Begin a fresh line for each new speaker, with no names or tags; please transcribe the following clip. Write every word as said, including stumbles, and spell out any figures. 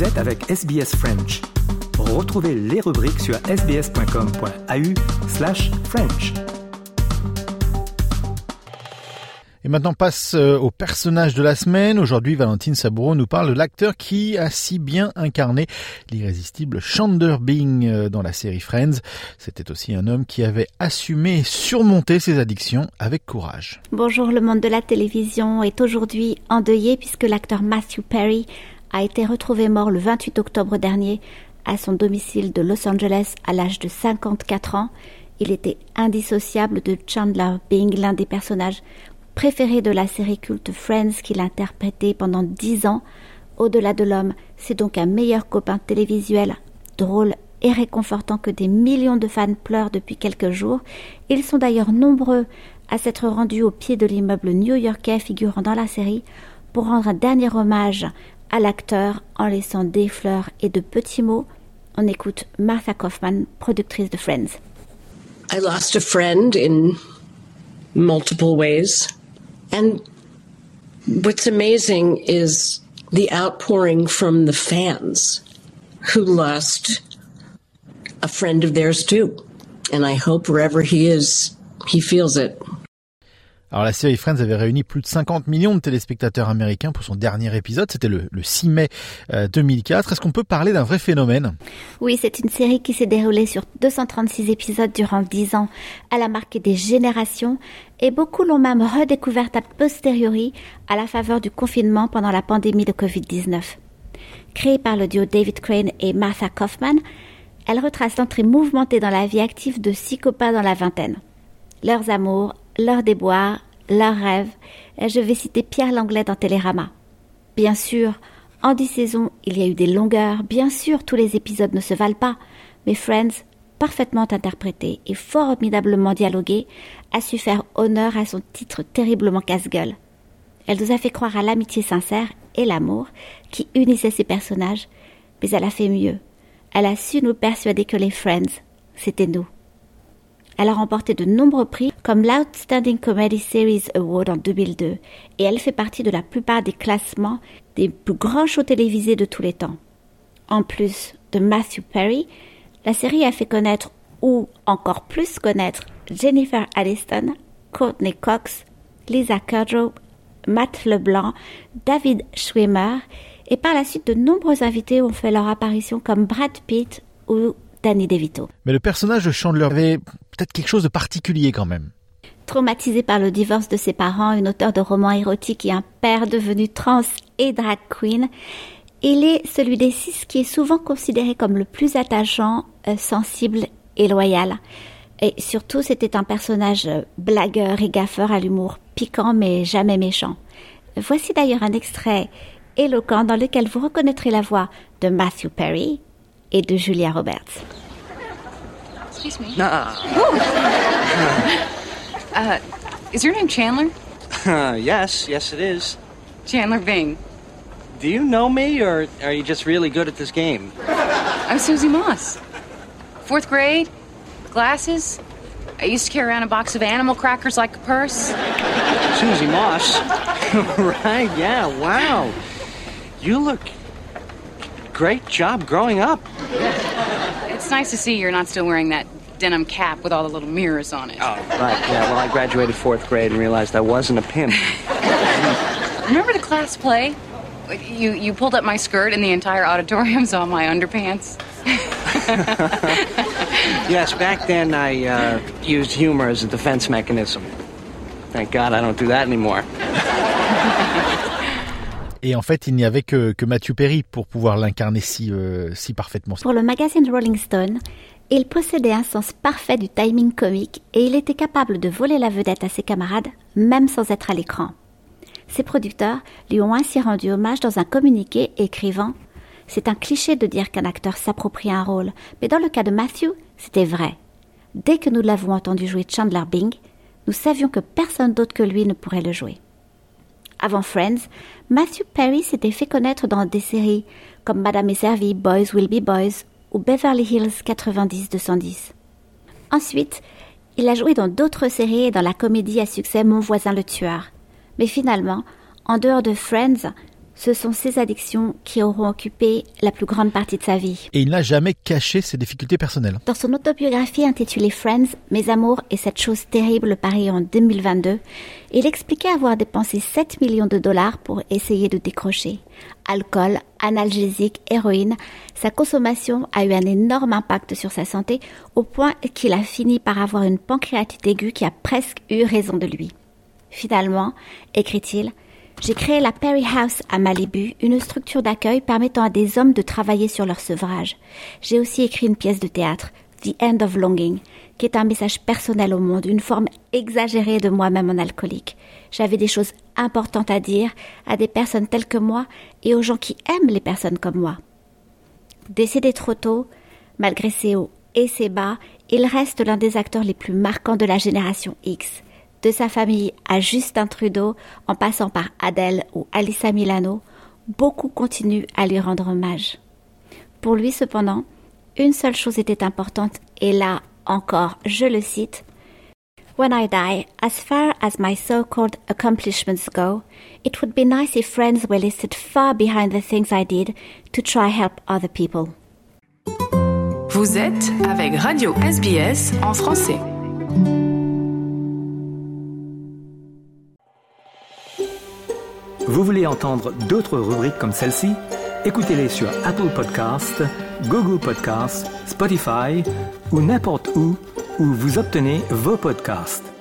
Vous êtes avec S B S French. Retrouvez les rubriques sur sbs.com.au slash French.
Et maintenant, passe au personnage de la semaine. Aujourd'hui, Valentine Saboureau nous parle de l'acteur qui a si bien incarné l'irrésistible Chandler Bing dans la série Friends. C'était aussi un homme qui avait assumé et surmonté ses addictions avec courage.
Bonjour, le monde de la télévision est aujourd'hui endeuillé puisque l'acteur Matthew Perry a été retrouvé mort le vingt-huit octobre dernier à son domicile de Los Angeles à l'âge de cinquante-quatre ans. Il était indissociable de Chandler Bing, l'un des personnages préféré de la série culte Friends qu'il a interprété pendant dix ans. Au-delà de l'homme, c'est donc un meilleur copain télévisuel, drôle et réconfortant que des millions de fans pleurent depuis quelques jours. Ils sont d'ailleurs nombreux à s'être rendus au pied de l'immeuble new-yorkais figurant dans la série pour rendre un dernier hommage à l'acteur en laissant des fleurs et de petits mots. On écoute Martha Kaufman, productrice de Friends.
I lost a friend in multiple ways. And what's amazing is the outpouring from the fans who lost a friend of theirs too. And I hope wherever he is, he feels it.
Alors la série Friends avait réuni plus de cinquante millions de téléspectateurs américains pour son dernier épisode. C'était le, le six mai euh, deux mille quatre. Est-ce qu'on peut parler d'un vrai phénomène ?
Oui, c'est une série qui s'est déroulée sur deux cent trente-six épisodes durant dix ans. Elle a marqué des générations et beaucoup l'ont même redécouverte a posteriori à la faveur du confinement pendant la pandémie de covid dix-neuf. Créée par le duo David Crane et Martha Kaufman, elle retrace l'entrée mouvementée dans la vie active de six copains dans la vingtaine. Leurs amours, leurs déboires, leurs rêves. Je vais citer Pierre Langlais dans Télérama. Bien sûr, en dix saisons, il y a eu des longueurs. Bien sûr, tous les épisodes ne se valent pas. Mais Friends, parfaitement interprété et formidablement dialogué, a su faire honneur à son titre terriblement casse-gueule. Elle nous a fait croire à l'amitié sincère et l'amour qui unissaient ses personnages. Mais elle a fait mieux. Elle a su nous persuader que les Friends, c'était nous. Elle a remporté de nombreux prix comme l'Outstanding Comedy Series Award en deux mille deux et elle fait partie de la plupart des classements des plus grands shows télévisés de tous les temps. En plus de Matthew Perry, la série a fait connaître ou encore plus connaître Jennifer Aniston, Courtney Cox, Lisa Kudrow, Matt LeBlanc, David Schwimmer et par la suite de nombreux invités ont fait leur apparition comme Brad Pitt ou Danny DeVito.
Mais le personnage de Chandler avait peut-être quelque chose de particulier quand même.
Traumatisé par le divorce de ses parents, une auteure de romans érotiques et un père devenu trans et drag queen, il est celui des six qui est souvent considéré comme le plus attachant, euh, sensible et loyal. Et surtout, c'était un personnage blagueur et gaffeur à l'humour piquant mais jamais méchant. Voici d'ailleurs un extrait éloquent dans lequel vous reconnaîtrez la voix de Matthew Perry et de Julia Roberts.
Excuse me. Uh, uh, is your name Chandler?
Uh, yes, yes it is.
Chandler Bing.
Do you know me, or are you just really good at this game?
I'm Susie Moss. Fourth grade, glasses. I used to carry around a box of animal crackers like a purse.
Susie Moss? Right, yeah, wow. You look... Great job growing up.
It's nice to see you're not still wearing that denim cap with all the little mirrors on it.
Oh, right, yeah. Well, I graduated fourth grade and realized I wasn't a pimp.
Remember the class play? You you pulled up my skirt and the entire auditorium saw my underpants?
Yes, back then I uh, used humor as a defense mechanism. Thank God I don't do that anymore.
Et en fait, il n'y avait que, que Matthew Perry pour pouvoir l'incarner si, euh, si parfaitement.
Pour le magazine Rolling Stone, il possédait un sens parfait du timing comique et il était capable de voler la vedette à ses camarades, même sans être à l'écran. Ses producteurs lui ont ainsi rendu hommage dans un communiqué écrivant « C'est un cliché de dire qu'un acteur s'approprie un rôle, mais dans le cas de Matthew, c'était vrai. Dès que nous l'avons entendu jouer Chandler Bing, nous savions que personne d'autre que lui ne pourrait le jouer. » Avant Friends, Matthew Perry s'était fait connaître dans des séries comme Madame est servie, Boys Will Be Boys ou Beverly Hills quatre-vingt-dix deux cent dix. Ensuite, il a joué dans d'autres séries et dans la comédie à succès Mon voisin le tueur. Mais finalement, en dehors de Friends, Ce sont ces addictions qui auront occupé la plus grande partie de sa vie.
Et il n'a jamais caché ses difficultés personnelles.
Dans son autobiographie intitulée Friends, Mes amours et cette chose terrible parue en deux mille vingt-deux, il expliquait avoir dépensé sept millions de dollars pour essayer de décrocher. Alcool, analgésiques, héroïne, sa consommation a eu un énorme impact sur sa santé au point qu'il a fini par avoir une pancréatite aiguë qui a presque eu raison de lui. Finalement, écrit-il, j'ai créé la Perry House à Malibu, une structure d'accueil permettant à des hommes de travailler sur leur sevrage. J'ai aussi écrit une pièce de théâtre, The End of Longing, qui est un message personnel au monde, une forme exagérée de moi-même en alcoolique. J'avais des choses importantes à dire à des personnes telles que moi et aux gens qui aiment les personnes comme moi. Décédé trop tôt, malgré ses hauts et ses bas, il reste l'un des acteurs les plus marquants de la génération X. De sa famille à Justin Trudeau, en passant par Adele ou Alyssa Milano, beaucoup continuent à lui rendre hommage. Pour lui, cependant, une seule chose était importante, et là encore, je le cite, « When I die, as far as my so-called accomplishments go, it would be nice if friends were listed far behind the things I did to try help other people. »
Vous êtes avec Radio S B S en français.
Vous voulez entendre d'autres rubriques comme celle-ci? Écoutez-les sur Apple Podcasts, Google Podcasts, Spotify ou n'importe où où vous obtenez vos podcasts.